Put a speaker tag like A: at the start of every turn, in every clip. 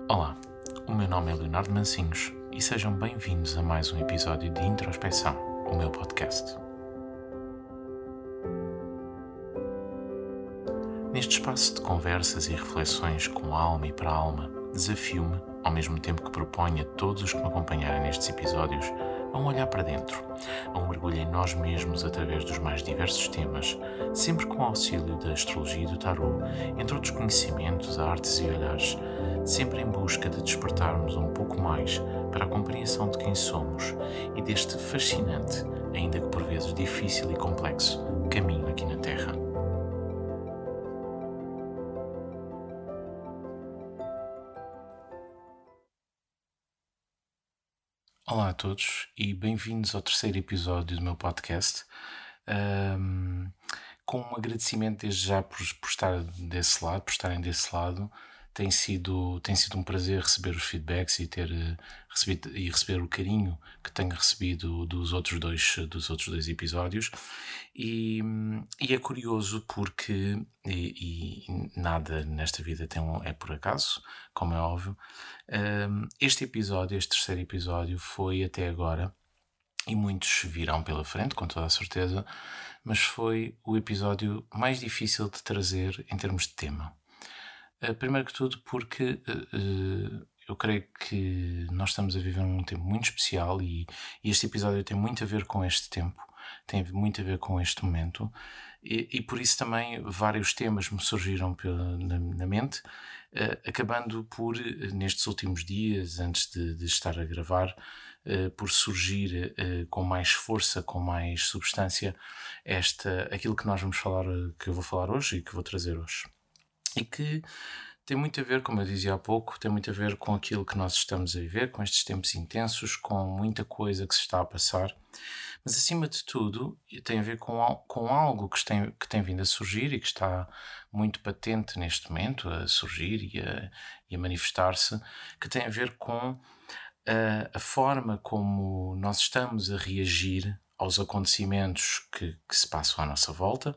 A: Olá, o meu nome é Leonardo Mancinhos e sejam bem-vindos a mais um episódio de Introspeção, o meu podcast. Neste espaço de conversas e reflexões com alma e para alma, desafio-me, ao mesmo tempo que proponho a todos os que me acompanharem nestes episódios, a um olhar para dentro, a um mergulho em nós mesmos através dos mais diversos temas, sempre com o auxílio da astrologia e do tarot, entre outros conhecimentos, artes e olhares, sempre em busca de despertarmos um pouco mais para a compreensão de quem somos e deste fascinante, ainda que por vezes difícil e complexo, caminho aqui na Terra. Olá a todos e bem-vindos ao terceiro episódio do meu podcast. Com um agradecimento desde já por estarem desse lado. Tem sido um prazer receber os feedbacks e receber o carinho que tenho recebido dos outros dois episódios. E é curioso porque e nada nesta vida é por acaso, como é óbvio. Este terceiro episódio, foi até agora, e muitos virão pela frente, com toda a certeza, mas foi o episódio mais difícil de trazer em termos de tema. Primeiro que tudo porque eu creio que nós estamos a viver um tempo muito especial e este episódio tem muito a ver com este tempo, tem muito a ver com este momento e por isso também vários temas me surgiram na mente, acabando por, nestes últimos dias, antes de estar a gravar, por surgir com mais força, com mais substância, aquilo que nós vamos falar, que eu vou falar hoje e que vou trazer hoje. E que tem muito a ver, como eu dizia há pouco, tem muito a ver com aquilo que nós estamos a viver, com estes tempos intensos, com muita coisa que se está a passar, mas acima de tudo tem a ver com algo que tem vindo a surgir e que está muito patente neste momento, a surgir e a manifestar-se, que tem a ver com a forma como nós estamos a reagir aos acontecimentos que se passam à nossa volta,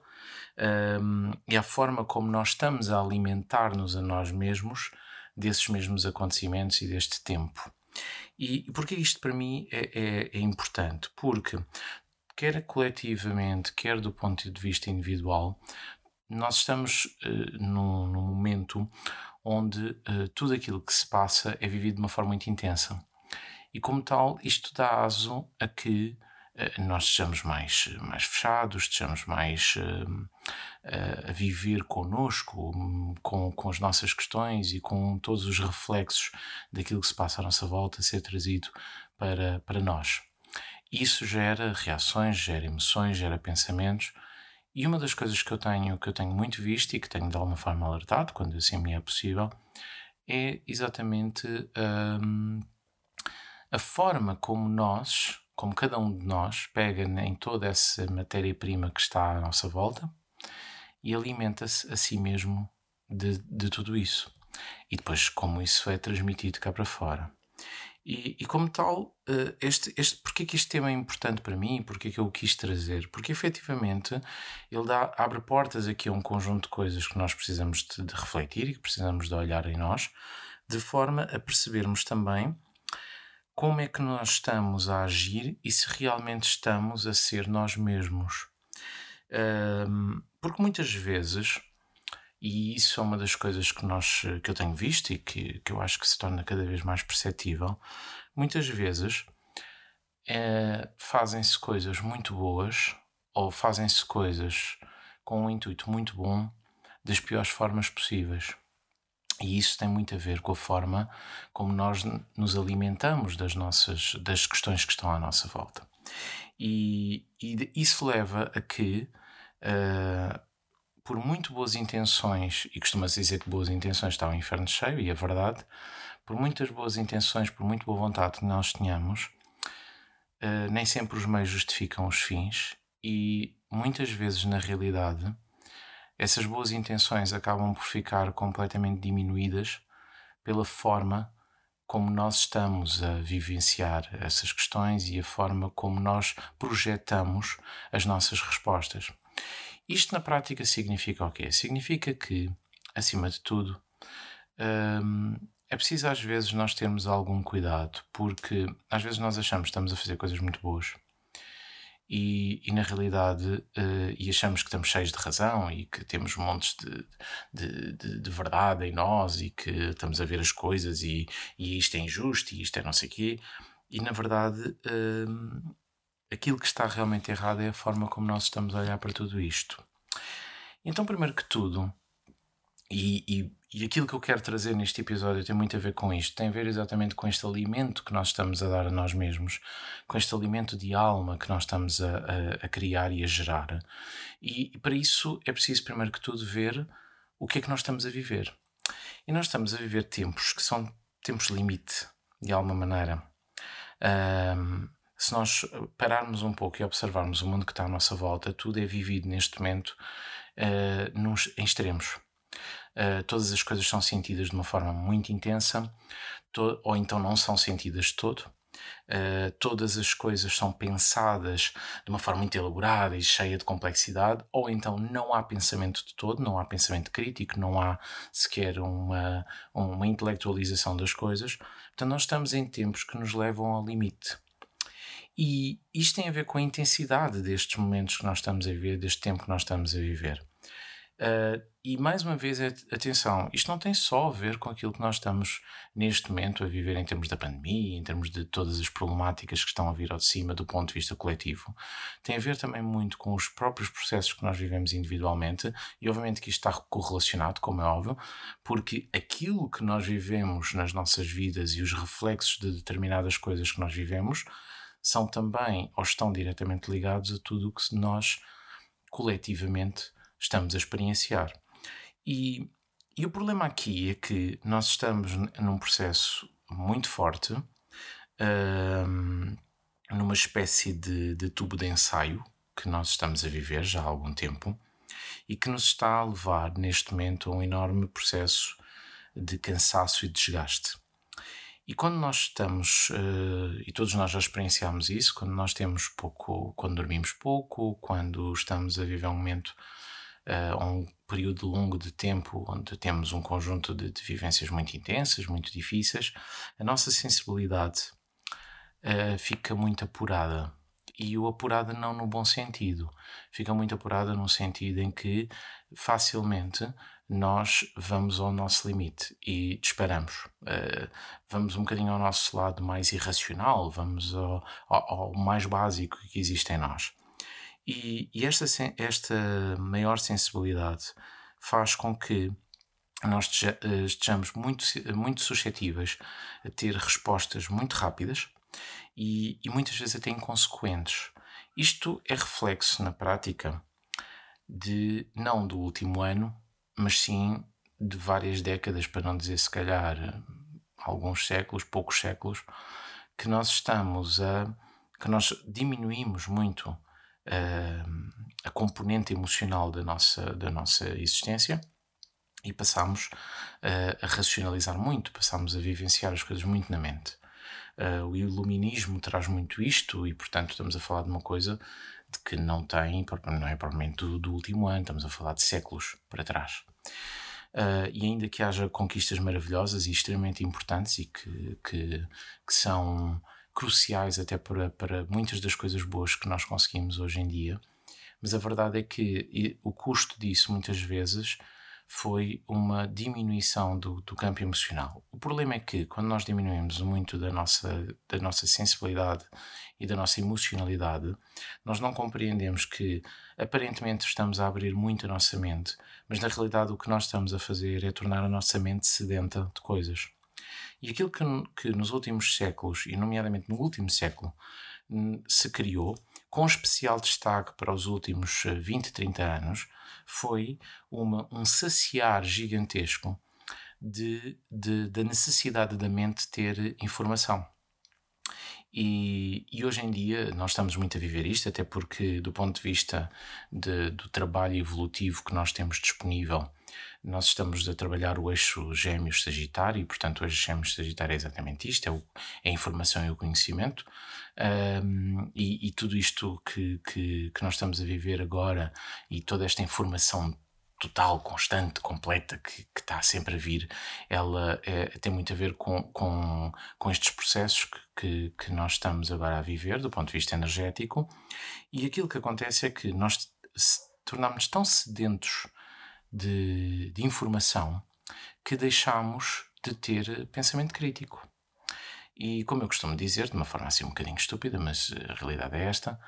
A: e a forma como nós estamos a alimentar-nos a nós mesmos desses mesmos acontecimentos e deste tempo. E porquê isto para mim é importante? Porque, quer coletivamente, quer do ponto de vista individual, nós estamos num momento onde tudo aquilo que se passa é vivido de uma forma muito intensa. E como tal, isto dá aso a que nós estejamos mais fechados, estejamos mais a viver connosco, com as nossas questões e com todos os reflexos daquilo que se passa à nossa volta a ser trazido para nós. Isso gera reações, gera emoções, gera pensamentos. E uma das coisas que eu tenho muito visto e que tenho de alguma forma alertado, quando assim me é possível, é exatamente a forma como cada um de nós pega em toda essa matéria-prima que está à nossa volta e alimenta-se a si mesmo de tudo isso. E depois como isso é transmitido cá para fora. E como tal, porque é que este tema é importante para mim? Porque é que eu o quis trazer? Porque efetivamente ele abre portas aqui a um conjunto de coisas que nós precisamos de refletir e que precisamos de olhar em nós, de forma a percebermos também como é que nós estamos a agir e se realmente estamos a ser nós mesmos. Porque muitas vezes, e isso é uma das coisas que eu tenho visto e que eu acho que se torna cada vez mais perceptível, muitas vezes fazem-se coisas muito boas ou fazem-se coisas com um intuito muito bom das piores formas possíveis. E isso tem muito a ver com a forma como nós nos alimentamos das questões que estão à nossa volta. E isso leva a que, por muito boas intenções, e costuma-se dizer que boas intenções está o inferno cheio, e é verdade, por muitas boas intenções, por muito boa vontade que nós tenhamos, nem sempre os meios justificam os fins, e muitas vezes, na realidade, essas boas intenções acabam por ficar completamente diminuídas pela forma como nós estamos a vivenciar essas questões e a forma como nós projetamos as nossas respostas. Isto na prática significa o quê? Significa que, acima de tudo, é preciso às vezes nós termos algum cuidado, porque às vezes nós achamos que estamos a fazer coisas muito boas e na realidade, e achamos que estamos cheios de razão e que temos montes de verdade em nós e que estamos a ver as coisas e isto é injusto e isto é não sei o quê. E na verdade, aquilo que está realmente errado é a forma como nós estamos a olhar para tudo isto. Então, primeiro que tudo, e aquilo que eu quero trazer neste episódio tem muito a ver com isto, tem a ver exatamente com este alimento que nós estamos a dar a nós mesmos, com este alimento de alma que nós estamos a criar e a gerar. E para isso é preciso, primeiro que tudo, ver o que é que nós estamos a viver. E nós estamos a viver tempos que são tempos limite, de alguma maneira. Se nós pararmos um pouco e observarmos o mundo que está à nossa volta, tudo é vivido neste momento em extremos. Todas as coisas são sentidas de uma forma muito intensa, ou então não são sentidas de todo. Todas as coisas são pensadas de uma forma muito elaborada e cheia de complexidade, ou então não há pensamento de todo, não há pensamento crítico, não há sequer uma intelectualização das coisas. Portanto, nós estamos em tempos que nos levam ao limite. E isto tem a ver com a intensidade destes momentos que nós estamos a viver, deste tempo que nós estamos a viver. E mais uma vez, atenção, isto não tem só a ver com aquilo que nós estamos neste momento a viver em termos da pandemia, em termos de todas as problemáticas que estão a vir ao de cima do ponto de vista coletivo. Tem a ver também muito com os próprios processos que nós vivemos individualmente e obviamente que isto está correlacionado, como é óbvio, porque aquilo que nós vivemos nas nossas vidas e os reflexos de determinadas coisas que nós vivemos são também ou estão diretamente ligados a tudo o que nós coletivamente estamos a experienciar. E o problema aqui é que nós estamos num processo muito forte, numa espécie de tubo de ensaio que nós estamos a viver já há algum tempo e que nos está a levar neste momento a um enorme processo de cansaço e desgaste. E quando nós estamos, e todos nós já experienciamos isso, quando nós temos pouco, quando dormimos pouco, quando estamos a viver um momento, um período longo de tempo onde temos um conjunto de vivências muito intensas, muito difíceis, a nossa sensibilidade fica muito apurada. E o apurada não no bom sentido, fica muito apurada no sentido em que facilmente nós vamos ao nosso limite e disparamos. Vamos um bocadinho ao nosso lado mais irracional, vamos ao mais básico que existe em nós. E esta maior sensibilidade faz com que nós estejamos muito suscetíveis a ter respostas muito rápidas e muitas vezes até inconsequentes. Isto é reflexo, na prática, não do último ano, mas sim de várias décadas, para não dizer se calhar alguns séculos, poucos séculos, que nós diminuímos muito a componente emocional da nossa existência e passamos a racionalizar muito, passamos a vivenciar as coisas muito na mente. O iluminismo traz muito isto e, portanto, estamos a falar de uma coisa de que não é propriamente do último ano, estamos a falar de séculos para trás. E ainda que haja conquistas maravilhosas e extremamente importantes e que são cruciais até para muitas das coisas boas que nós conseguimos hoje em dia, mas a verdade é que o custo disso muitas vezes foi uma diminuição do campo emocional. O problema é que quando nós diminuímos muito da nossa sensibilidade e da nossa emocionalidade, nós não compreendemos que aparentemente estamos a abrir muito a nossa mente, mas na realidade o que nós estamos a fazer é tornar a nossa mente sedenta de coisas. E aquilo que nos últimos séculos, e nomeadamente no último século, se criou, com especial destaque para os últimos 20, 30 anos, foi um saciar gigantesco da necessidade da mente ter informação. E hoje em dia nós estamos muito a viver isto, até porque do ponto de vista do trabalho evolutivo que nós temos disponível, nós estamos a trabalhar o eixo Gêmeos-Sagitário e, portanto, o eixo Gêmeos-Sagitário é exatamente isto, é a informação e o conhecimento. E tudo isto que nós estamos a viver agora e toda esta informação total, constante, completa, que está sempre a vir, ela tem muito a ver com estes processos que nós estamos agora a viver, do ponto de vista energético, e aquilo que acontece é que nós tornamos-nos tão sedentos de informação que deixamos de ter pensamento crítico. E como eu costumo dizer, de uma forma assim um bocadinho estúpida, mas a realidade é esta,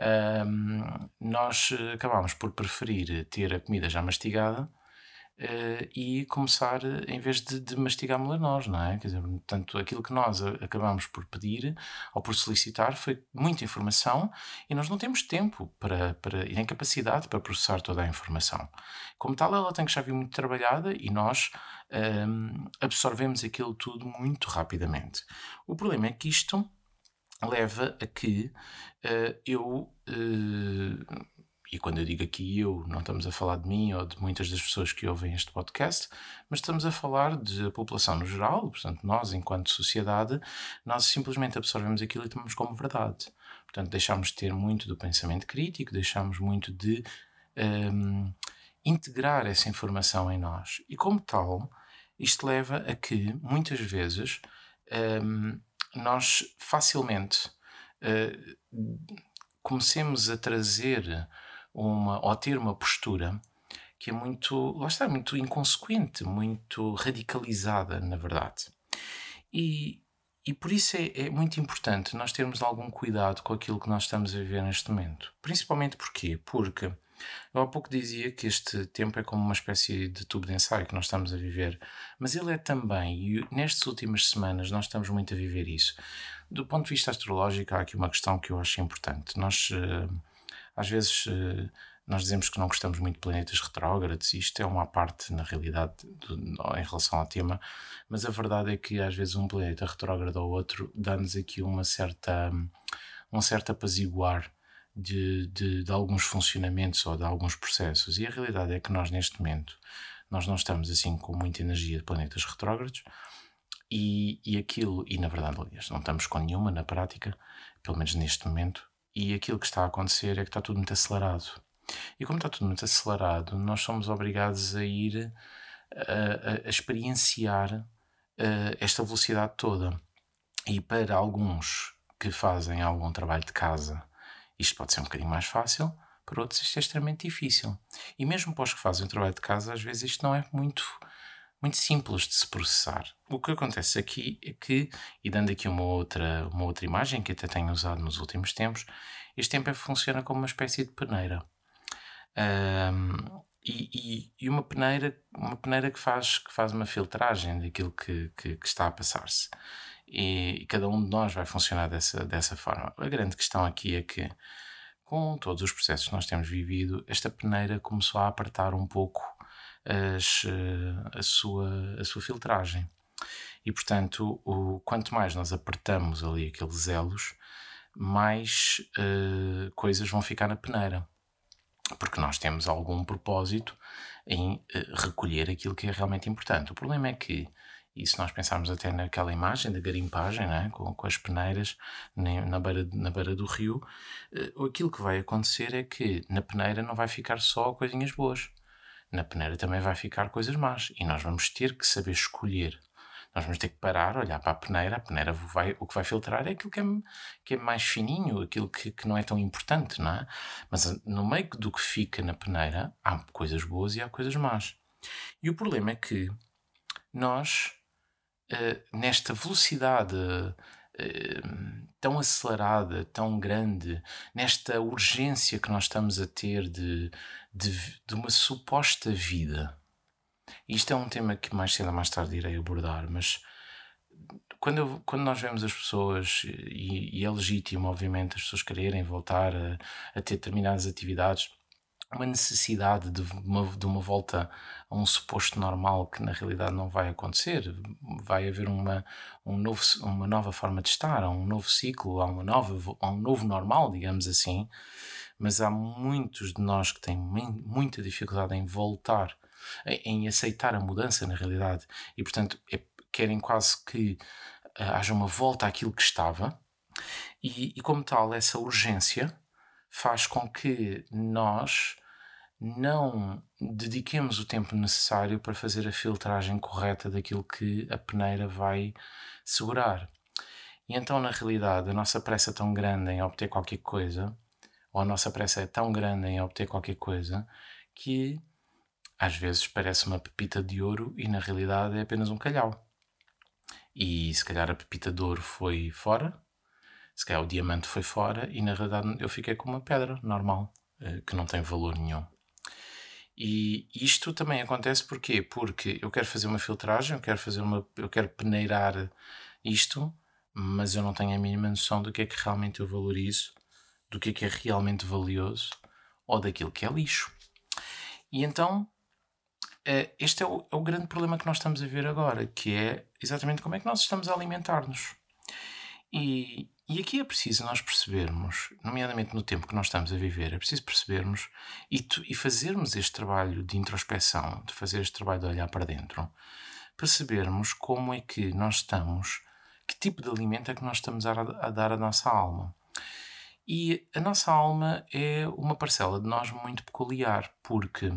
A: nós acabamos por preferir ter a comida já mastigada e começar, em vez de mastigá-la nós, não é? Quer dizer, portanto, aquilo que nós acabamos por pedir ou por solicitar foi muita informação e nós não temos tempo e nem capacidade para processar toda a informação. Como tal, ela tem que já vir muito trabalhada e nós absorvemos aquilo tudo muito rapidamente. O problema é que isto leva a que e quando eu digo aqui não estamos a falar de mim ou de muitas das pessoas que ouvem este podcast, mas estamos a falar da população no geral, portanto nós, enquanto sociedade, nós simplesmente absorvemos aquilo e tomamos como verdade. Portanto, deixamos de ter muito do pensamento crítico, deixamos muito de integrar essa informação em nós. E como tal, isto leva a que, muitas vezes, nós facilmente comecemos a trazer ou a ter uma postura que é muito, lá está, muito inconsequente, muito radicalizada, na verdade. E por isso é muito importante nós termos algum cuidado com aquilo que nós estamos a viver neste momento. Principalmente porquê? Porque eu há pouco dizia que este tempo é como uma espécie de tubo de ensaio que nós estamos a viver, mas ele é também, e nestas últimas semanas nós estamos muito a viver isso. Do ponto de vista astrológico, há aqui uma questão que eu acho importante. Nós, às vezes, nós dizemos que não gostamos muito de planetas retrógrados, e isto é uma parte, na realidade, em relação ao tema, mas a verdade é que às vezes um planeta retrógrado ou outro dá-nos aqui um certo apaziguar de alguns funcionamentos ou de alguns processos. E a realidade é que nós, neste momento, nós não estamos assim com muita energia de planetas retrógrados, e na verdade, aliás, não estamos com nenhuma na prática, pelo menos neste momento, e aquilo que está a acontecer é que está tudo muito acelerado. E como está tudo muito acelerado, nós somos obrigados a ir a experienciar esta velocidade toda. E para alguns que fazem algum trabalho de casa, isto pode ser um bocadinho mais fácil, para outros isto é extremamente difícil. E mesmo para os que fazem o trabalho de casa, às vezes isto não é muito simples de se processar. O que acontece aqui é que, e dando aqui uma outra imagem que até tenho usado nos últimos tempos, este tempo funciona como uma espécie de peneira. E uma peneira que faz uma filtragem daquilo que está a passar-se. E cada um de nós vai funcionar dessa forma. A grande questão aqui é que, com todos os processos que nós temos vivido, esta peneira começou a apertar um pouco a sua filtragem. E, portanto, quanto mais nós apertamos ali aqueles elos, mais coisas vão ficar na peneira. Porque nós temos algum propósito em recolher aquilo que é realmente importante. O problema é que, e se nós pensarmos até naquela imagem da garimpagem, né, com as peneiras na beira do rio, aquilo que vai acontecer é que na peneira não vai ficar só coisinhas boas. Na peneira também vai ficar coisas más. E nós vamos ter que saber escolher. Nós vamos ter que parar, olhar para a peneira o que vai filtrar é aquilo que é mais fininho, aquilo que não é tão importante, não é? Mas no meio do que fica na peneira, há coisas boas e há coisas más. E o problema é que nós, nesta velocidade tão acelerada, tão grande, nesta urgência que nós estamos a ter de uma suposta vida. Isto é um tema que mais cedo ou mais tarde irei abordar, mas quando nós vemos as pessoas, e é legítimo, obviamente, as pessoas quererem voltar a ter determinadas atividades, uma necessidade de uma volta a um suposto normal que na realidade não vai acontecer. Vai haver uma nova forma de estar, há um novo ciclo, há um novo normal, digamos assim, mas há muitos de nós que têm muita dificuldade em voltar, em aceitar a mudança na realidade, e portanto querem quase que haja uma volta àquilo que estava, e como tal essa urgência faz com que nós não dediquemos o tempo necessário para fazer a filtragem correta daquilo que a peneira vai segurar. E então, na realidade, a nossa pressa é tão grande em obter qualquer coisa, ou a nossa pressa é tão grande em obter qualquer coisa, que às vezes parece uma pepita de ouro e na realidade é apenas um calhau. E se calhar a pepita de ouro foi fora, se calhar o diamante foi fora e na realidade eu fiquei com uma pedra normal, que não tem valor nenhum. E isto também acontece porquê? Porque eu quero fazer uma filtragem, eu quero peneirar isto, mas eu não tenho a mínima noção do que é que realmente eu valorizo, do que é realmente valioso ou daquilo que é lixo. E então, este é o grande problema que nós estamos a ver agora, que é exatamente como é que nós estamos a alimentar-nos. E aqui é preciso nós percebermos, nomeadamente no tempo que nós estamos a viver, é preciso percebermos e fazermos este trabalho de introspecção, de fazer este trabalho de olhar para dentro, percebermos como é que nós estamos, que tipo de alimento é que nós estamos a dar à nossa alma. E a nossa alma é uma parcela de nós muito peculiar, porque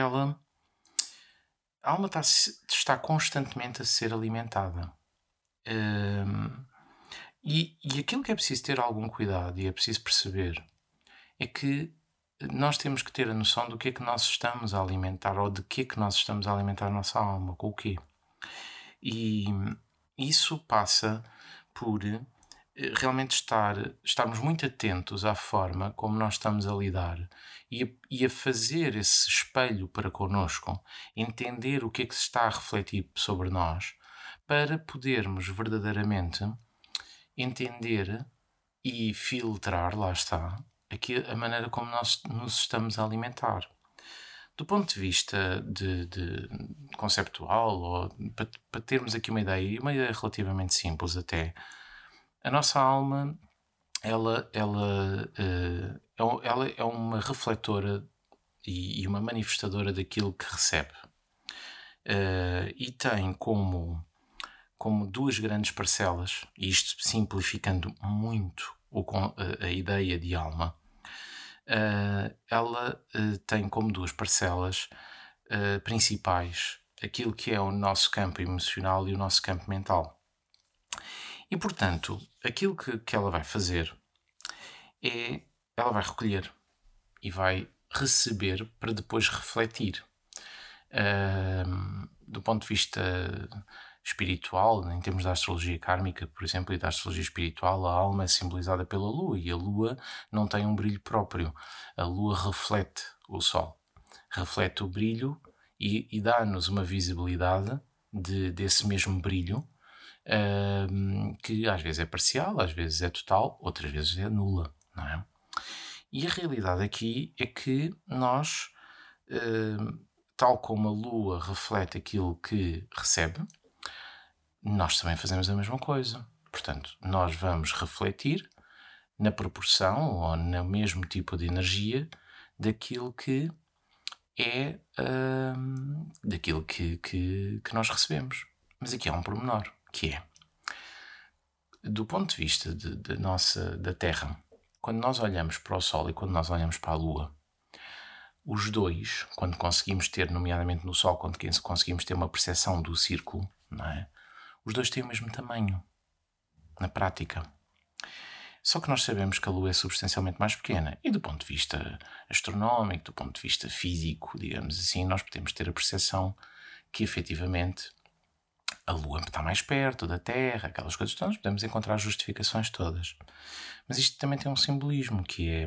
A: a alma está constantemente a ser alimentada. E aquilo que é preciso ter algum cuidado e é preciso perceber é que nós temos que ter a noção do que é que nós estamos a alimentar ou de que é que nós estamos a alimentar a nossa alma, com o quê. E isso passa por realmente estarmos muito atentos à forma como nós estamos a lidar e a fazer esse espelho para connosco, entender o que é que se está a refletir sobre nós, para podermos verdadeiramente entender e filtrar, lá está, aqui a maneira como nós nos estamos a alimentar. Do ponto de vista de conceptual, ou para termos aqui uma ideia relativamente simples até, a nossa alma ela é uma refletora e uma manifestadora daquilo que recebe. E tem como duas grandes parcelas, e isto simplificando muito a ideia de alma, ela tem como duas parcelas principais aquilo que é o nosso campo emocional e o nosso campo mental. E, portanto, aquilo que ela vai fazer é, ela vai recolher e vai receber para depois refletir. Do ponto de vista espiritual, em termos da astrologia kármica, por exemplo, e da astrologia espiritual, a alma é simbolizada pela lua e a lua não tem um brilho próprio. A lua reflete o sol, reflete o brilho e dá-nos uma visibilidade desse mesmo brilho, que às vezes é parcial, às vezes é total, outras vezes é nula, não é? E a realidade aqui é que nós, tal como a lua reflete aquilo que recebe, nós também fazemos a mesma coisa. Portanto, nós vamos refletir na proporção ou no mesmo tipo de energia daquilo que é daquilo que nós recebemos. Mas aqui há um pormenor, que é, do ponto de vista da Terra, quando nós olhamos para o Sol e quando nós olhamos para a Lua, os dois, quando conseguimos ter, nomeadamente no Sol, quando conseguimos ter uma percepção do círculo, não é? Os dois têm o mesmo tamanho, na prática. Só que nós sabemos que a Lua é substancialmente mais pequena. E do ponto de vista astronómico, do ponto de vista físico, digamos assim, nós podemos ter a percepção que, efetivamente, a Lua está mais perto da Terra, aquelas coisas todas, podemos encontrar justificações todas. Mas isto também tem um simbolismo, que é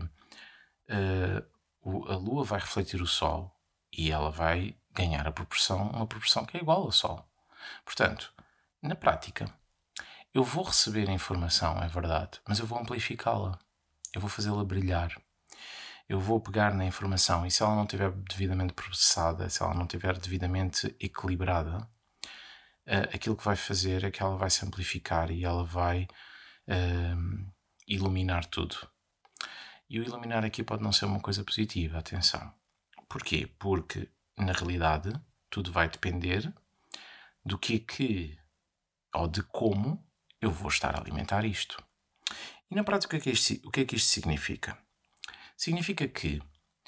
A: a Lua vai refletir o Sol e ela vai ganhar uma proporção que é igual ao Sol. Portanto, na prática, eu vou receber a informação, é verdade, mas eu vou amplificá-la. Eu vou fazê-la brilhar. Eu vou pegar na informação e se ela não estiver devidamente processada, se ela não estiver devidamente equilibrada, aquilo que vai fazer é que ela vai se amplificar e ela vai iluminar tudo. E o iluminar aqui pode não ser uma coisa positiva, atenção. Porquê? Porque, na realidade, tudo vai depender do que ou de como eu vou estar a alimentar isto. E na prática, o que é que isto significa? Significa que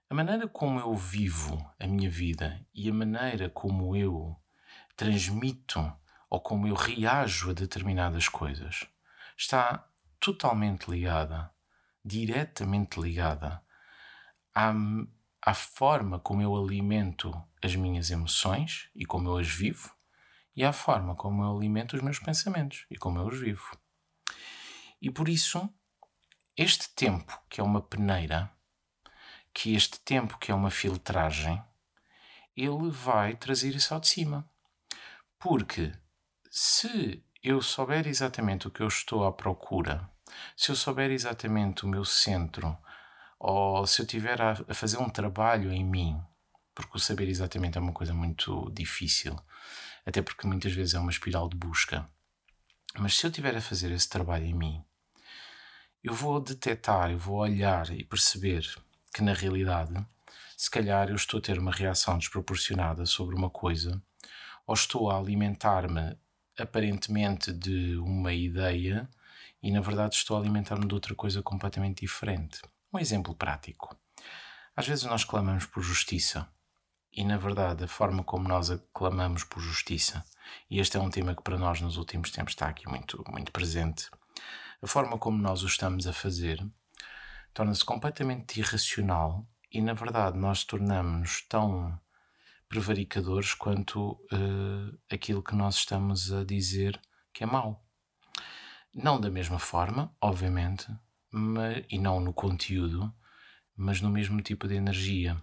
A: A maneira como eu vivo a minha vida e a maneira como eu transmito ou como eu reajo a determinadas coisas está totalmente ligada, diretamente ligada à, à forma como eu alimento as minhas emoções e como eu as vivo e à forma como eu alimento os meus pensamentos e como eu os vivo. E por isso, este tempo que é uma peneira, que este tempo que é uma filtragem, ele vai trazer isso ao de cima. Porque se eu souber exatamente o que eu estou à procura, se eu souber exatamente o meu centro, ou se eu estiver a fazer um trabalho em mim, porque o saber exatamente é uma coisa muito difícil, até porque muitas vezes é uma espiral de busca. Mas se eu estiver a fazer esse trabalho em mim, eu vou detectar, eu vou olhar e perceber que na realidade, se calhar eu estou a ter uma reação desproporcionada sobre uma coisa, ou estou a alimentar-me aparentemente de uma ideia e na verdade estou a alimentar-me de outra coisa completamente diferente. Um exemplo prático. Às vezes nós clamamos por justiça e na verdade a forma como nós clamamos por justiça, e este é um tema que para nós nos últimos tempos está aqui muito, muito presente, a forma como nós o estamos a fazer torna-se completamente irracional e na verdade nós tornamos-nos tão prevaricadores quanto aquilo que nós estamos a dizer que é mau. Não da mesma forma, obviamente, e não no conteúdo, mas no mesmo tipo de energia.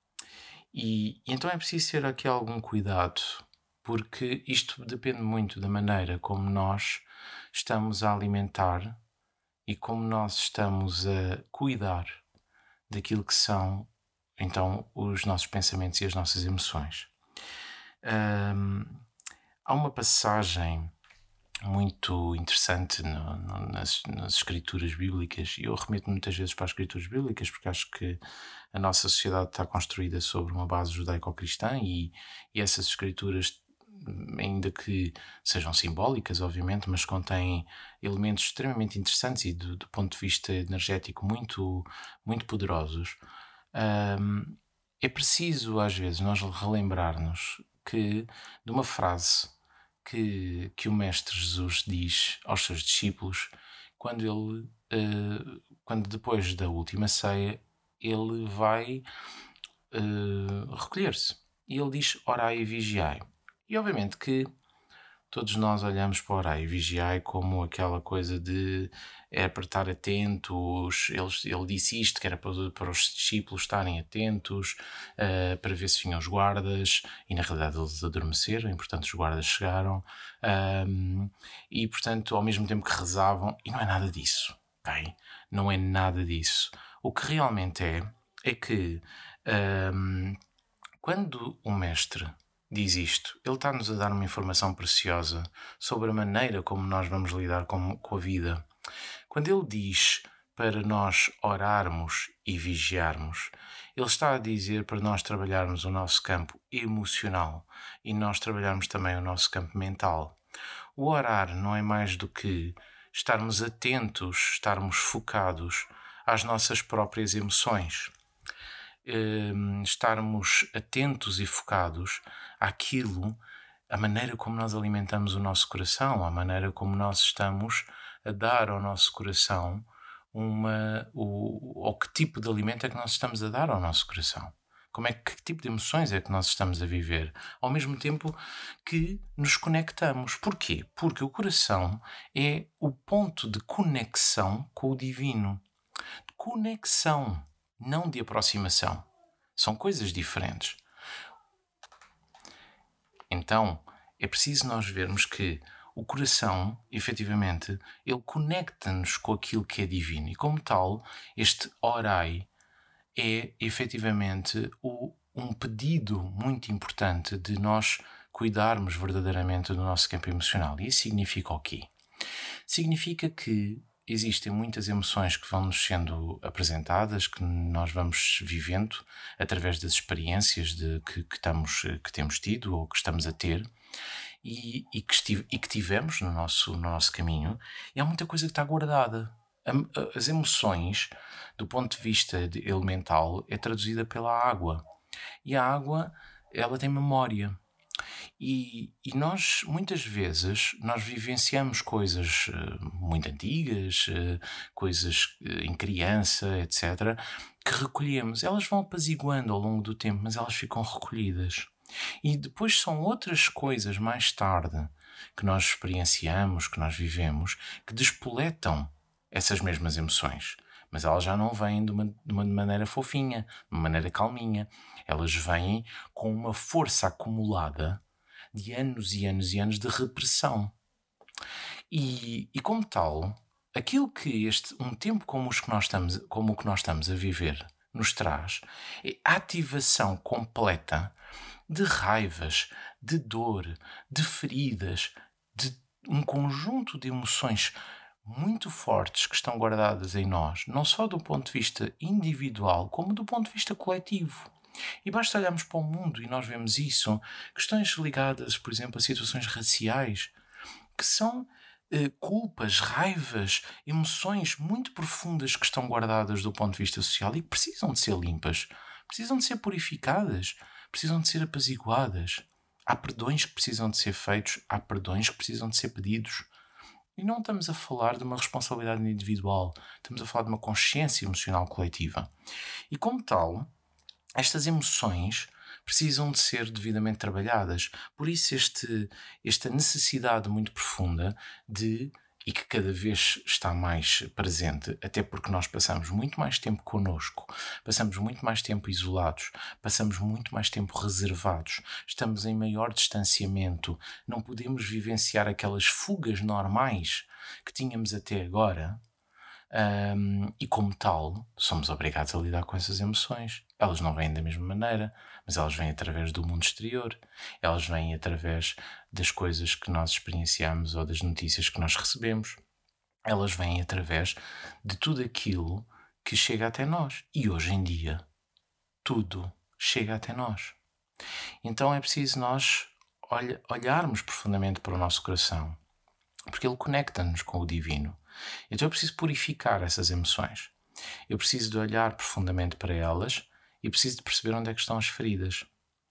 A: E então é preciso ter aqui algum cuidado, porque isto depende muito da maneira como nós estamos a alimentar e como nós estamos a cuidar daquilo que são então os nossos pensamentos e as nossas emoções. Há uma passagem muito interessante nas escrituras bíblicas, e eu remeto muitas vezes para as escrituras bíblicas porque acho que a nossa sociedade está construída sobre uma base judaico-cristã e essas escrituras, ainda que sejam simbólicas, obviamente, mas contêm elementos extremamente interessantes e do ponto de vista energético muito, muito poderosos. É preciso às vezes nós relembrar-nos de uma frase que o Mestre Jesus diz aos seus discípulos quando depois da última ceia ele vai recolher-se e ele diz: orai e vigiai. E obviamente que todos nós olhamos para orai e vigiai como aquela coisa de para estar atentos. Ele disse isto, que era para os discípulos estarem atentos, para ver se vinham os guardas, e na realidade eles adormeceram, e portanto os guardas chegaram, e portanto ao mesmo tempo que rezavam, e não é nada disso, ok? Não é nada disso. O que realmente é que quando o mestre diz isto, ele está-nos a dar uma informação preciosa sobre a maneira como nós vamos lidar com a vida. Quando ele diz para nós orarmos e vigiarmos, ele está a dizer para nós trabalharmos o nosso campo emocional e nós trabalharmos também o nosso campo mental. O orar não é mais do que estarmos atentos, estarmos focados às nossas próprias emoções. Estarmos atentos e focados àquilo, à maneira como nós alimentamos o nosso coração, à maneira como nós estamos a dar ao nosso coração ou que tipo de alimento é que nós estamos a dar ao nosso coração. Que tipo de emoções é que nós estamos a viver, ao mesmo tempo que nos conectamos. Porquê? Porque o coração é o ponto de conexão com o divino. De conexão, não de aproximação. São coisas diferentes. Então, é preciso nós vermos que o coração, efetivamente, ele conecta-nos com aquilo que é divino. E como tal, este orai é, efetivamente, um pedido muito importante de nós cuidarmos verdadeiramente do nosso campo emocional. E isso significa o quê? Significa que existem muitas emoções que vão nos sendo apresentadas, que nós vamos vivendo através das experiências que temos tido ou que estamos a ter e que tivemos no nosso caminho. E há muita coisa que está guardada. As emoções, do ponto de vista elemental, é traduzida pela água. E a água, ela tem memória. E nós, muitas vezes, nós vivenciamos coisas muito antigas, coisas em criança, etc., que recolhemos. Elas vão apaziguando ao longo do tempo, mas elas ficam recolhidas. E depois são outras coisas mais tarde que nós experienciamos, que nós vivemos, que despoletam essas mesmas emoções. Mas elas já não vêm de uma maneira fofinha, de uma maneira calminha. Elas vêm com uma força acumulada de anos e anos e anos de repressão. E como tal, aquilo que um tempo como o que nós estamos a viver nos traz é a ativação completa de raivas, de dor, de feridas, de um conjunto de emoções muito fortes que estão guardadas em nós, não só do ponto de vista individual, como do ponto de vista coletivo. E basta olharmos para o mundo e nós vemos isso. Questões ligadas, por exemplo, a situações raciais, que são culpas, raivas, emoções muito profundas que estão guardadas do ponto de vista social e que precisam de ser limpas, precisam de ser purificadas, precisam de ser apaziguadas. Há perdões que precisam de ser feitos, há perdões que precisam de ser pedidos. E não estamos a falar de uma responsabilidade individual, estamos a falar de uma consciência emocional coletiva. E como tal, estas emoções precisam de ser devidamente trabalhadas. Por isso esta necessidade muito profunda e que cada vez está mais presente, até porque nós passamos muito mais tempo connosco, passamos muito mais tempo isolados, passamos muito mais tempo reservados, estamos em maior distanciamento, não podemos vivenciar aquelas fugas normais que tínhamos até agora. E como tal, somos obrigados a lidar com essas emoções. Elas não vêm da mesma maneira, mas elas vêm através do mundo exterior. Elas vêm através das coisas que nós experienciamos ou das notícias que nós recebemos. Elas vêm através de tudo aquilo que chega até nós. E hoje em dia, tudo chega até nós. Então é preciso nós olharmos profundamente para o nosso coração, porque ele conecta-nos com o divino. Então eu preciso purificar essas emoções. Eu preciso de olhar profundamente para elas e preciso de perceber onde é que estão as feridas.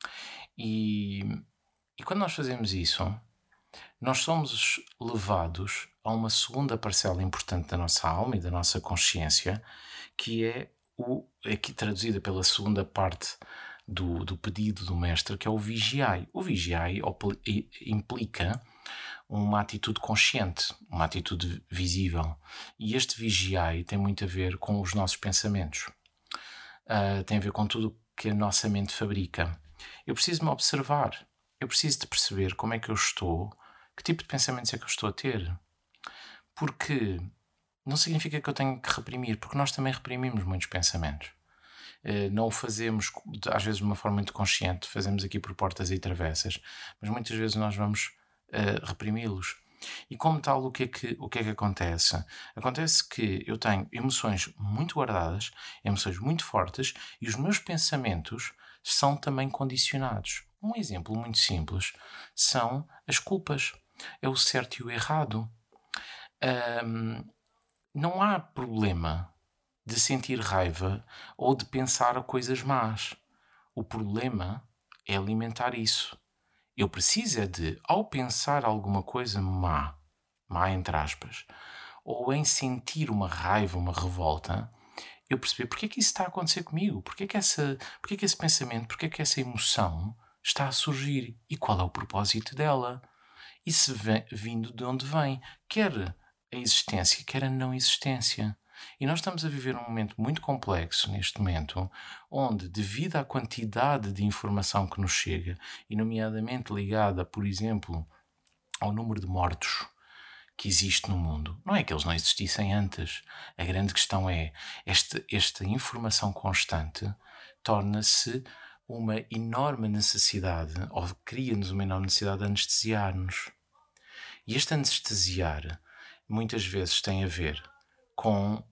A: E quando nós fazemos isso, nós somos levados a uma segunda parcela importante da nossa alma e da nossa consciência, que é aqui traduzida pela segunda parte do pedido do mestre, que é o vigiai. O vigiai implica uma atitude consciente, uma atitude visível. E este vigiai tem muito a ver com os nossos pensamentos. Tem a ver com tudo que a nossa mente fabrica. Eu preciso me observar. Eu preciso de perceber como é que eu estou, que tipo de pensamentos é que eu estou a ter. Porque não significa que eu tenho que reprimir, porque nós também reprimimos muitos pensamentos. Não o fazemos, às vezes, de uma forma muito consciente, fazemos aqui por portas e travessas, mas muitas vezes nós vamos reprimi-los. E como tal, o que é que acontece? Acontece que eu tenho emoções muito guardadas, emoções muito fortes, e os meus pensamentos são também condicionados. Um exemplo muito simples são as culpas. É o certo e o errado. Não há problema de sentir raiva ou de pensar coisas más. O problema é alimentar isso. Eu preciso ao pensar alguma coisa má entre aspas, ou em sentir uma raiva, uma revolta, eu perceber porque é que isso está a acontecer comigo, porque é que esse pensamento, porque é que essa emoção está a surgir e qual é o propósito dela. E se vindo de onde vem, quer a existência, quer a não existência. E nós estamos a viver um momento muito complexo neste momento, onde, devido à quantidade de informação que nos chega, e nomeadamente ligada, por exemplo, ao número de mortos que existe no mundo, não é que eles não existissem antes. A grande questão é, esta informação constante torna-se uma enorme necessidade, ou cria-nos uma enorme necessidade de anestesiar-nos. E este anestesiar muitas vezes tem a ver com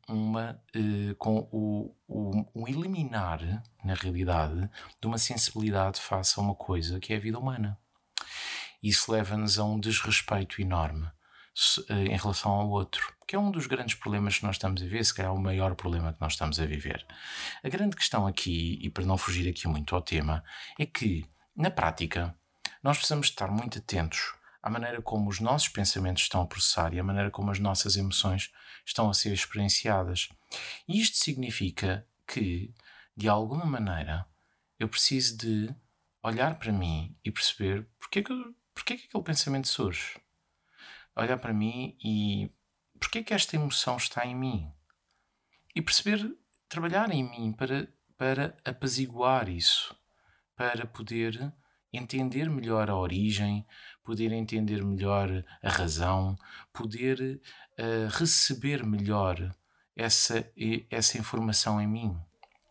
A: um eliminar, na realidade, de uma sensibilidade face a uma coisa que é a vida humana. Isso leva-nos a um desrespeito enorme em relação ao outro, que é um dos grandes problemas que nós estamos a viver, se calhar o maior problema que nós estamos a viver. A grande questão aqui, e para não fugir aqui muito ao tema, é que, na prática, nós precisamos estar muito atentos à maneira como os nossos pensamentos estão a processar e à maneira como as nossas emoções estão a ser experienciadas. E isto significa que, de alguma maneira, eu preciso de olhar para mim e perceber porque é que aquele pensamento surge. Olhar para mim e porque é que esta emoção está em mim. E perceber, trabalhar em mim para apaziguar isso, para poder entender melhor a origem, poder entender melhor a razão, poder receber melhor essa informação em mim.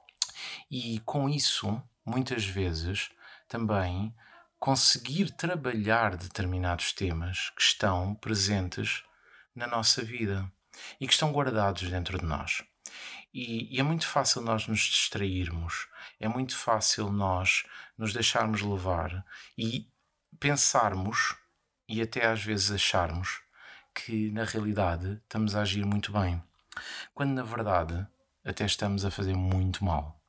A: E com isso, muitas vezes, também conseguir trabalhar determinados temas que estão presentes na nossa vida e que estão guardados dentro de nós. E é muito fácil nós nos distrairmos, é muito fácil nós nos deixarmos levar e pensarmos, e até às vezes acharmos, que na realidade estamos a agir muito bem, quando na verdade até estamos a fazer muito mal.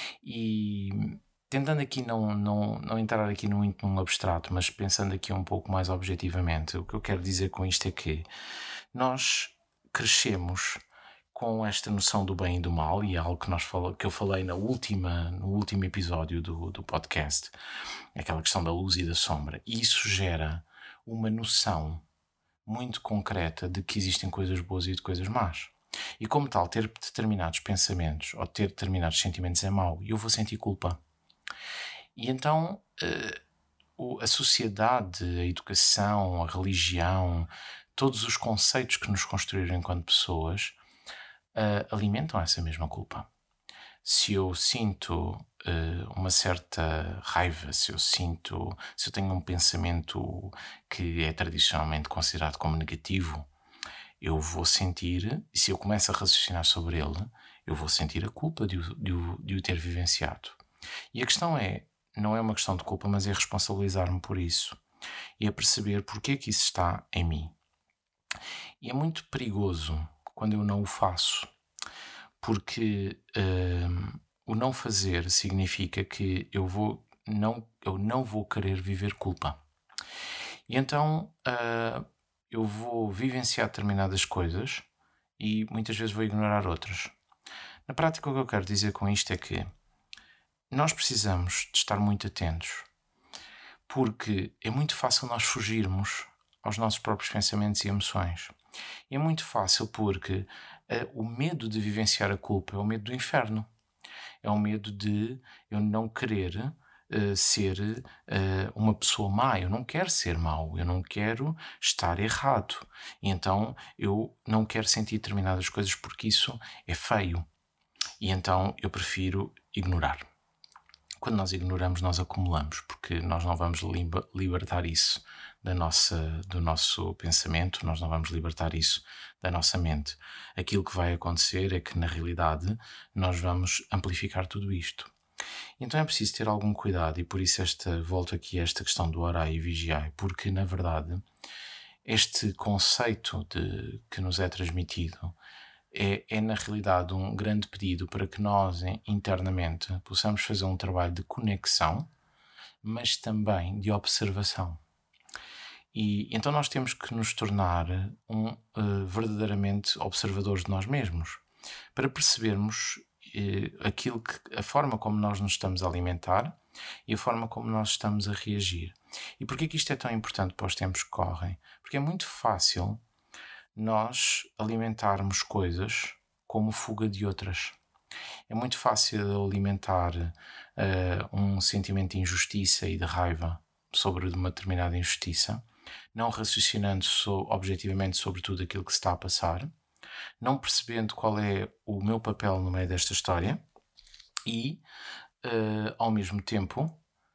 A: E tentando aqui não entrar aqui muito num abstrato, mas pensando aqui um pouco mais objetivamente, o que eu quero dizer com isto é que nós crescemos com esta noção do bem e do mal, e é algo que eu falei no último episódio do podcast, aquela questão da luz e da sombra, e isso gera uma noção muito concreta de que existem coisas boas e de coisas más. E como tal, ter determinados pensamentos ou ter determinados sentimentos é mau, e eu vou sentir culpa. E então a sociedade, a educação, a religião, todos os conceitos que nos construíram enquanto pessoas alimentam essa mesma culpa. Se eu sinto uma certa raiva, se eu tenho um pensamento que é tradicionalmente considerado como negativo, eu vou sentir, e se eu começo a raciocinar sobre ele, eu vou sentir a culpa de o ter vivenciado. E a questão não é uma questão de culpa, mas é responsabilizar-me por isso e a perceber porque é que isso está em mim. E é muito perigoso quando eu não o faço, porque o não fazer significa que eu não vou querer viver culpa. E então eu vou vivenciar determinadas coisas e muitas vezes vou ignorar outras. Na prática, o que eu quero dizer com isto é que nós precisamos de estar muito atentos, porque é muito fácil nós fugirmos aos nossos próprios pensamentos e emoções. É muito fácil porque o medo de vivenciar a culpa é o medo do inferno. É o medo de eu não querer ser uma pessoa má. Eu não quero ser mau. Eu não quero estar errado. E então eu não quero sentir determinadas coisas porque isso é feio. E então eu prefiro ignorar. Quando nós ignoramos, nós acumulamos, porque nós não vamos libertar isso do nosso pensamento, nós não vamos libertar isso da nossa mente. Aquilo que vai acontecer é que, na realidade, nós vamos amplificar tudo isto. Então é preciso ter algum cuidado, e por isso volto aqui a esta questão do orai e vigiai, porque, na verdade, este conceito que nos é transmitido é na realidade um grande pedido para que nós internamente possamos fazer um trabalho de conexão, mas também de observação. E então nós temos que nos tornar verdadeiramente observadores de nós mesmos, para percebermos a forma como nós nos estamos a alimentar e a forma como nós estamos a reagir. E porquê que isto é tão importante para os tempos que correm? Porque é muito fácil nós alimentarmos coisas como fuga de outras. É muito fácil alimentar um sentimento de injustiça e de raiva sobre uma determinada injustiça, não raciocinando objetivamente sobre tudo aquilo que se está a passar, não percebendo qual é o meu papel no meio desta história e, ao mesmo tempo,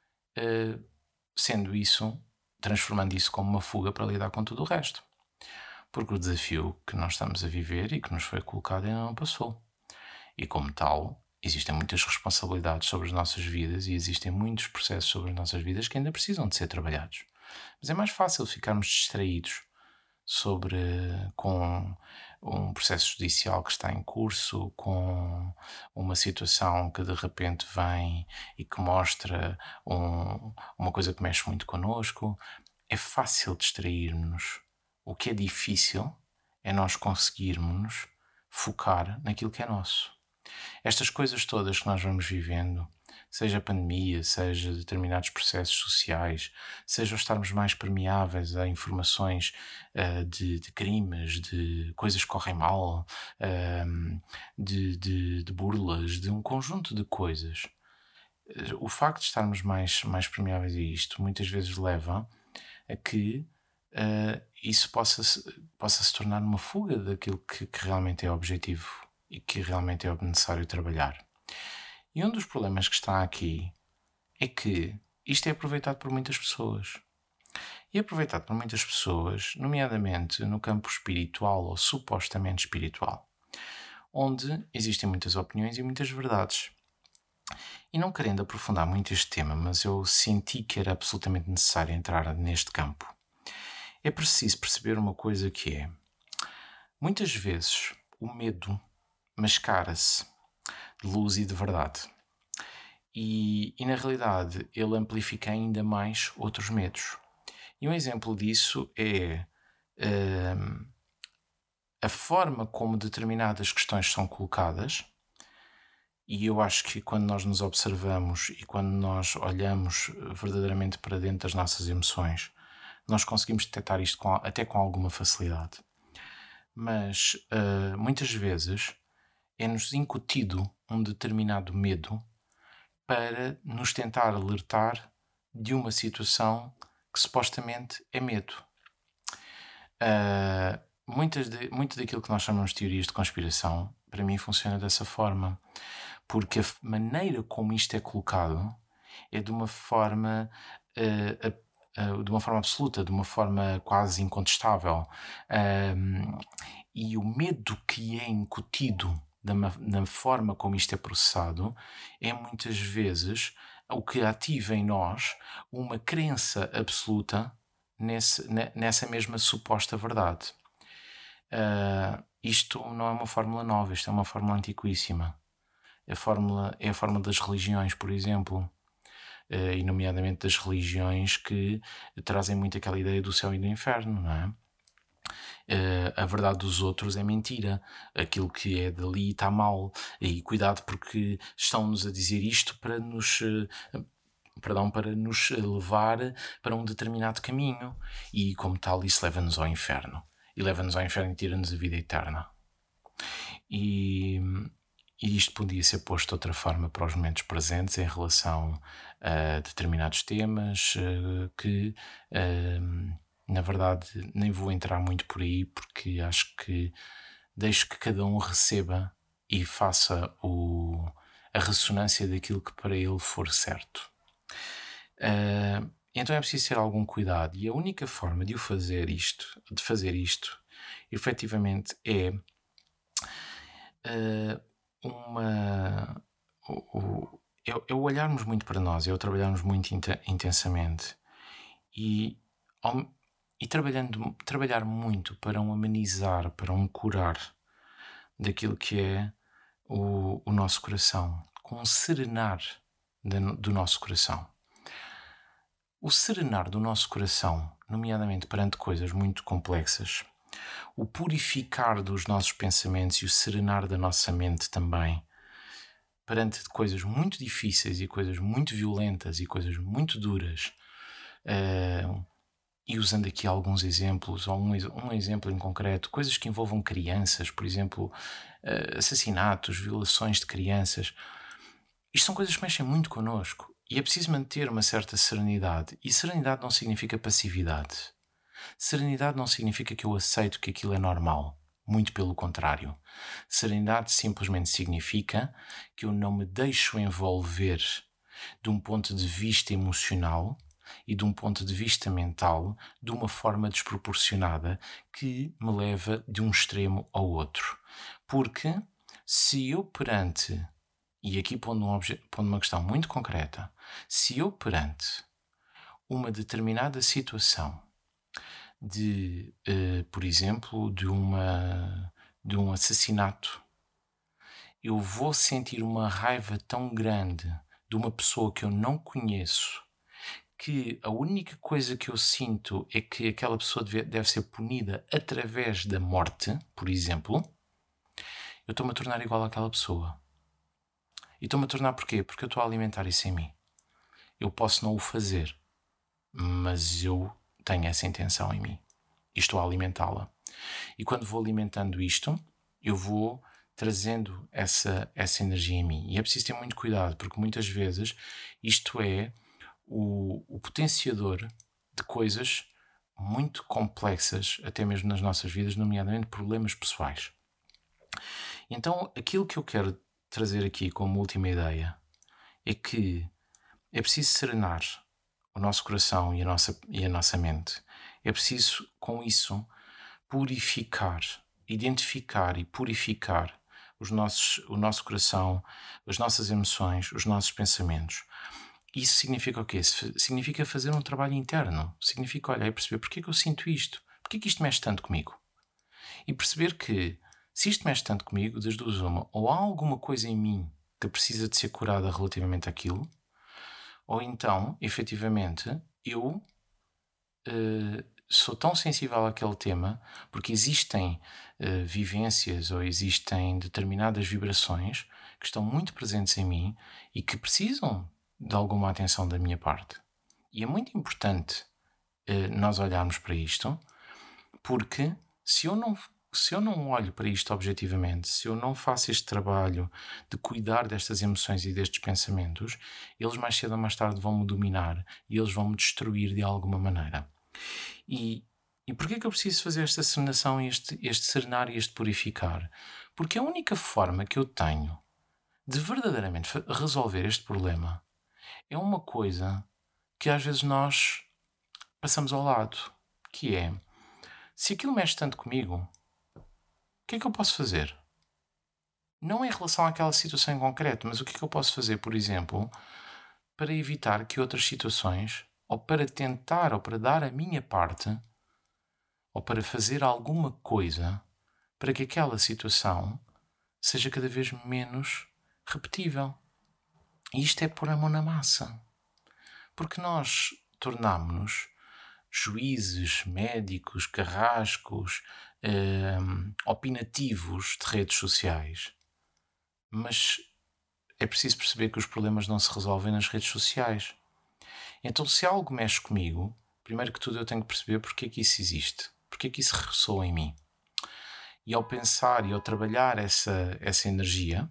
A: transformando isso como uma fuga para lidar com tudo o resto. Porque o desafio que nós estamos a viver e que nos foi colocado ainda não passou. E como tal, existem muitas responsabilidades sobre as nossas vidas e existem muitos processos sobre as nossas vidas que ainda precisam de ser trabalhados. Mas é mais fácil ficarmos distraídos com um processo judicial que está em curso, com uma situação que de repente vem e que mostra uma coisa que mexe muito connosco. É fácil distrair-nos. O que é difícil é nós conseguirmos focar naquilo que é nosso. Estas coisas todas que nós vamos vivendo, seja a pandemia, seja determinados processos sociais, seja estarmos mais permeáveis a informações de crimes, de coisas que correm mal, de burlas, de um conjunto de coisas. O facto de estarmos mais permeáveis a isto muitas vezes leva a que isso possa se tornar uma fuga daquilo que realmente é o objetivo e que realmente é necessário trabalhar. E um dos problemas que está aqui é que isto é aproveitado por muitas pessoas. E é aproveitado por muitas pessoas, nomeadamente no campo espiritual ou supostamente espiritual, onde existem muitas opiniões e muitas verdades. E não querendo aprofundar muito este tema, mas eu senti que era absolutamente necessário entrar neste campo. É preciso perceber uma coisa que é: muitas vezes o medo mascara-se de luz e de verdade. E na realidade ele amplifica ainda mais outros medos. E um exemplo disso é a forma como determinadas questões são colocadas. E eu acho que quando nós nos observamos e quando nós olhamos verdadeiramente para dentro das nossas emoções, nós conseguimos detectar isto até com alguma facilidade. Mas muitas vezes é-nos incutido um determinado medo para nos tentar alertar de uma situação que supostamente é medo. Muito daquilo que nós chamamos de teorias de conspiração, para mim funciona dessa forma, porque a maneira como isto é colocado é de uma forma absoluta, de uma forma quase incontestável, e o medo que é incutido na forma como isto é processado é muitas vezes o que ativa em nós uma crença absoluta nessa mesma suposta verdade. Isto não é uma fórmula nova, isto é uma fórmula antiquíssima. É a fórmula das religiões, por exemplo, e nomeadamente das religiões que trazem muito aquela ideia do céu e do inferno, não é? A verdade dos outros é mentira, aquilo que é dali está mal, e cuidado porque estão-nos a dizer isto para nos levar para um determinado caminho, e como tal isso leva-nos ao inferno, e tira-nos a vida eterna. E isto podia ser posto de outra forma para os momentos presentes em relação a determinados temas que, na verdade, nem vou entrar muito por aí, porque acho que deixo que cada um receba e faça a ressonância daquilo que para ele for certo. Então é preciso ter algum cuidado, e a única forma de fazer isto, efetivamente, é é olharmos muito para nós, é o trabalharmos muito intensamente e trabalhar muito para amenizar, para curar daquilo que é o nosso coração, com um serenar do nosso coração. O serenar do nosso coração, nomeadamente perante coisas muito complexas, o purificar dos nossos pensamentos e o serenar da nossa mente também, perante coisas muito difíceis e coisas muito violentas e coisas muito duras, e usando aqui alguns exemplos, ou um exemplo em concreto, coisas que envolvam crianças, por exemplo, assassinatos, violações de crianças. Isto são coisas que mexem muito connosco e é preciso manter uma certa serenidade. E serenidade não significa passividade. Serenidade não significa que eu aceito que aquilo é normal. Muito pelo contrário. Serenidade simplesmente significa que eu não me deixo envolver de um ponto de vista emocional e de um ponto de vista mental de uma forma desproporcionada que me leva de um extremo ao outro. Porque se eu perante, e aqui pondo uma questão muito concreta, se eu perante uma determinada situação por exemplo, de um assassinato. Eu vou sentir uma raiva tão grande de uma pessoa que eu não conheço, que a única coisa que eu sinto é que aquela pessoa deve ser punida através da morte, por exemplo. Eu estou-me a tornar igual àquela pessoa. E estou-me a tornar porquê? Porque eu estou a alimentar isso em mim. Eu posso não o fazer, mas eu tenho essa intenção em mim e estou a alimentá-la. E quando vou alimentando isto, eu vou trazendo essa energia em mim. E é preciso ter muito cuidado, porque muitas vezes isto é o potenciador de coisas muito complexas, até mesmo nas nossas vidas, nomeadamente problemas pessoais. Então, aquilo que eu quero trazer aqui como última ideia é que é preciso serenar o nosso coração e a nossa mente. É preciso, com isso, purificar, identificar e purificar o nosso coração, as nossas emoções, os nossos pensamentos. Isso significa o quê? Significa fazer um trabalho interno. Significa, olha, é perceber porque é que eu sinto isto. Porque é que isto mexe tanto comigo? E perceber que, se isto mexe tanto comigo, das duas uma, ou há alguma coisa em mim que precisa de ser curada relativamente àquilo, ou então, efetivamente, eu sou tão sensível àquele tema porque existem vivências ou existem determinadas vibrações que estão muito presentes em mim e que precisam de alguma atenção da minha parte. E é muito importante nós olharmos para isto, porque se eu não olho para isto objetivamente, se eu não faço este trabalho de cuidar destas emoções e destes pensamentos, eles mais cedo ou mais tarde vão-me dominar e eles vão-me destruir de alguma maneira. E porquê que eu preciso fazer esta serenação, este serenar e este purificar? Porque a única forma que eu tenho de verdadeiramente resolver este problema é uma coisa que às vezes nós passamos ao lado, que é, se aquilo mexe tanto comigo, o que é que eu posso fazer? Não em relação àquela situação em concreto, mas o que é que eu posso fazer, por exemplo, para evitar que outras situações, ou para tentar, ou para dar a minha parte, ou para fazer alguma coisa para que aquela situação seja cada vez menos repetível. E isto é pôr a mão na massa. Porque nós tornámos-nos juízes, médicos, carrascos, opinativos de redes sociais. Mas é preciso perceber que os problemas não se resolvem nas redes sociais. Então, se algo mexe comigo, primeiro que tudo eu tenho que perceber porque é que isso existe. Porque é que isso ressoa em mim. E ao pensar e ao trabalhar essa energia,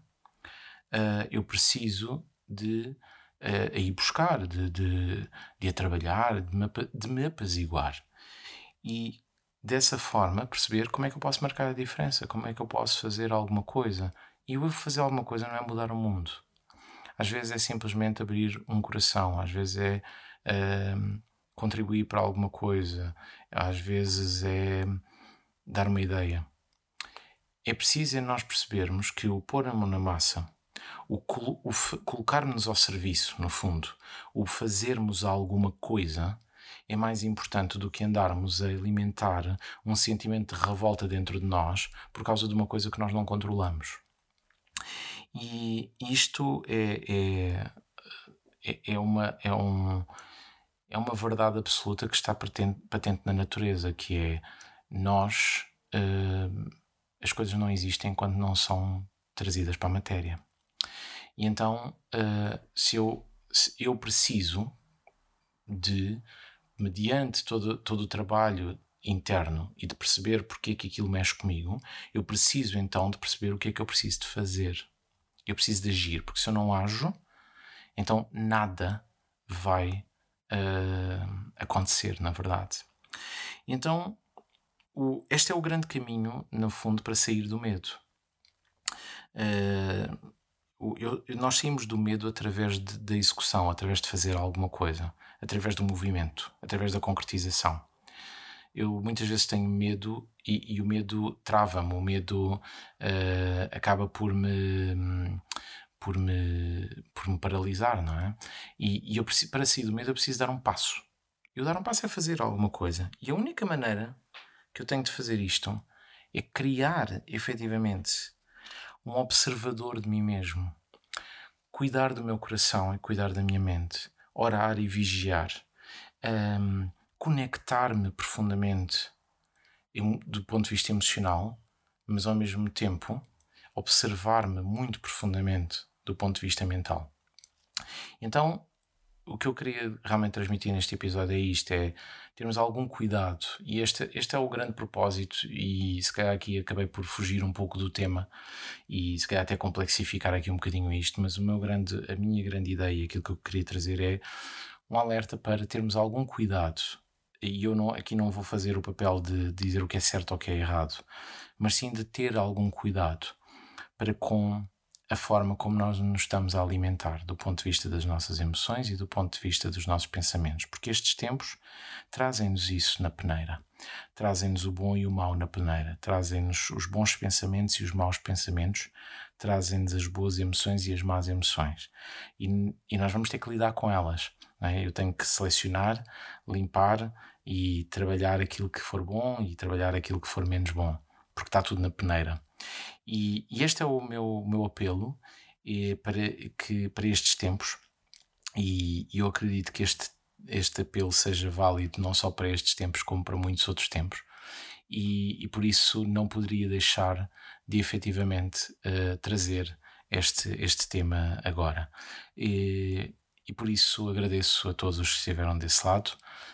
A: eu preciso de a ir buscar, de a trabalhar, de me apaziguar. E dessa forma perceber como é que eu posso marcar a diferença, como é que eu posso fazer alguma coisa. E eu fazer alguma coisa não é mudar o mundo. Às vezes é simplesmente abrir um coração, às vezes é contribuir para alguma coisa, às vezes é dar uma ideia. É preciso nós percebermos que o pôr a mão na massa, o colocar-nos ao serviço, no fundo, o fazermos alguma coisa, é mais importante do que andarmos a alimentar um sentimento de revolta dentro de nós por causa de uma coisa que nós não controlamos. E isto é uma verdade absoluta que está patente na natureza, que é nós... as coisas não existem enquanto não são trazidas para a matéria. E então, se eu preciso de, mediante todo o trabalho interno e de perceber porque é que aquilo mexe comigo, eu preciso então de perceber o que é que eu preciso de fazer. Eu preciso de agir, porque se eu não ajo, então nada vai acontecer, na verdade. Então, este é o grande caminho, no fundo, para sair do medo. Nós saímos do medo através da execução, através de fazer alguma coisa, através do movimento, através da concretização. Eu muitas vezes tenho medo e o medo trava-me, o medo acaba por me paralisar, não é? E eu, para sair do medo, eu preciso dar um passo. E o dar um passo é fazer alguma coisa. E a única maneira que eu tenho de fazer isto é criar, efetivamente, um observador de mim mesmo. Cuidar do meu coração e cuidar da minha mente. Orar e vigiar. Conectar-me profundamente do ponto de vista emocional, mas ao mesmo tempo observar-me muito profundamente do ponto de vista mental. Então, o que eu queria realmente transmitir neste episódio é isto, é termos algum cuidado, e este é o grande propósito, e se calhar aqui acabei por fugir um pouco do tema e se calhar até complexificar aqui um bocadinho isto, mas a minha grande ideia, aquilo que eu queria trazer é um alerta para termos algum cuidado. E eu aqui não vou fazer o papel de dizer o que é certo ou o que é errado, mas sim de ter algum cuidado para com a forma como nós nos estamos a alimentar do ponto de vista das nossas emoções e do ponto de vista dos nossos pensamentos, porque estes tempos trazem-nos isso na peneira, trazem-nos o bom e o mau na peneira, trazem-nos os bons pensamentos e os maus pensamentos, trazem-nos as boas emoções e as más emoções, e nós vamos ter que lidar com elas, não é? Eu tenho que selecionar, limpar e trabalhar aquilo que for bom e trabalhar aquilo que for menos bom, porque está tudo na peneira. E este é o meu apelo para estes tempos, e eu acredito que este apelo seja válido não só para estes tempos como para muitos outros tempos, e por isso não poderia deixar de efetivamente trazer este tema agora. E por isso agradeço a todos os que estiveram desse lado.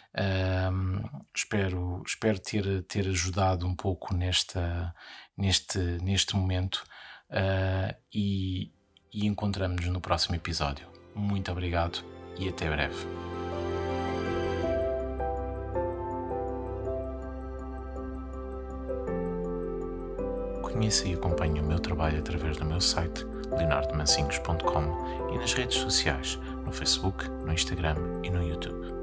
A: Espero ter ajudado um pouco neste momento, e encontramos-nos no próximo episódio. Muito obrigado e até breve. Conheça e acompanhe o meu trabalho através do meu site leonardomancinhos.com e nas redes sociais, no Facebook, no Instagram e no YouTube.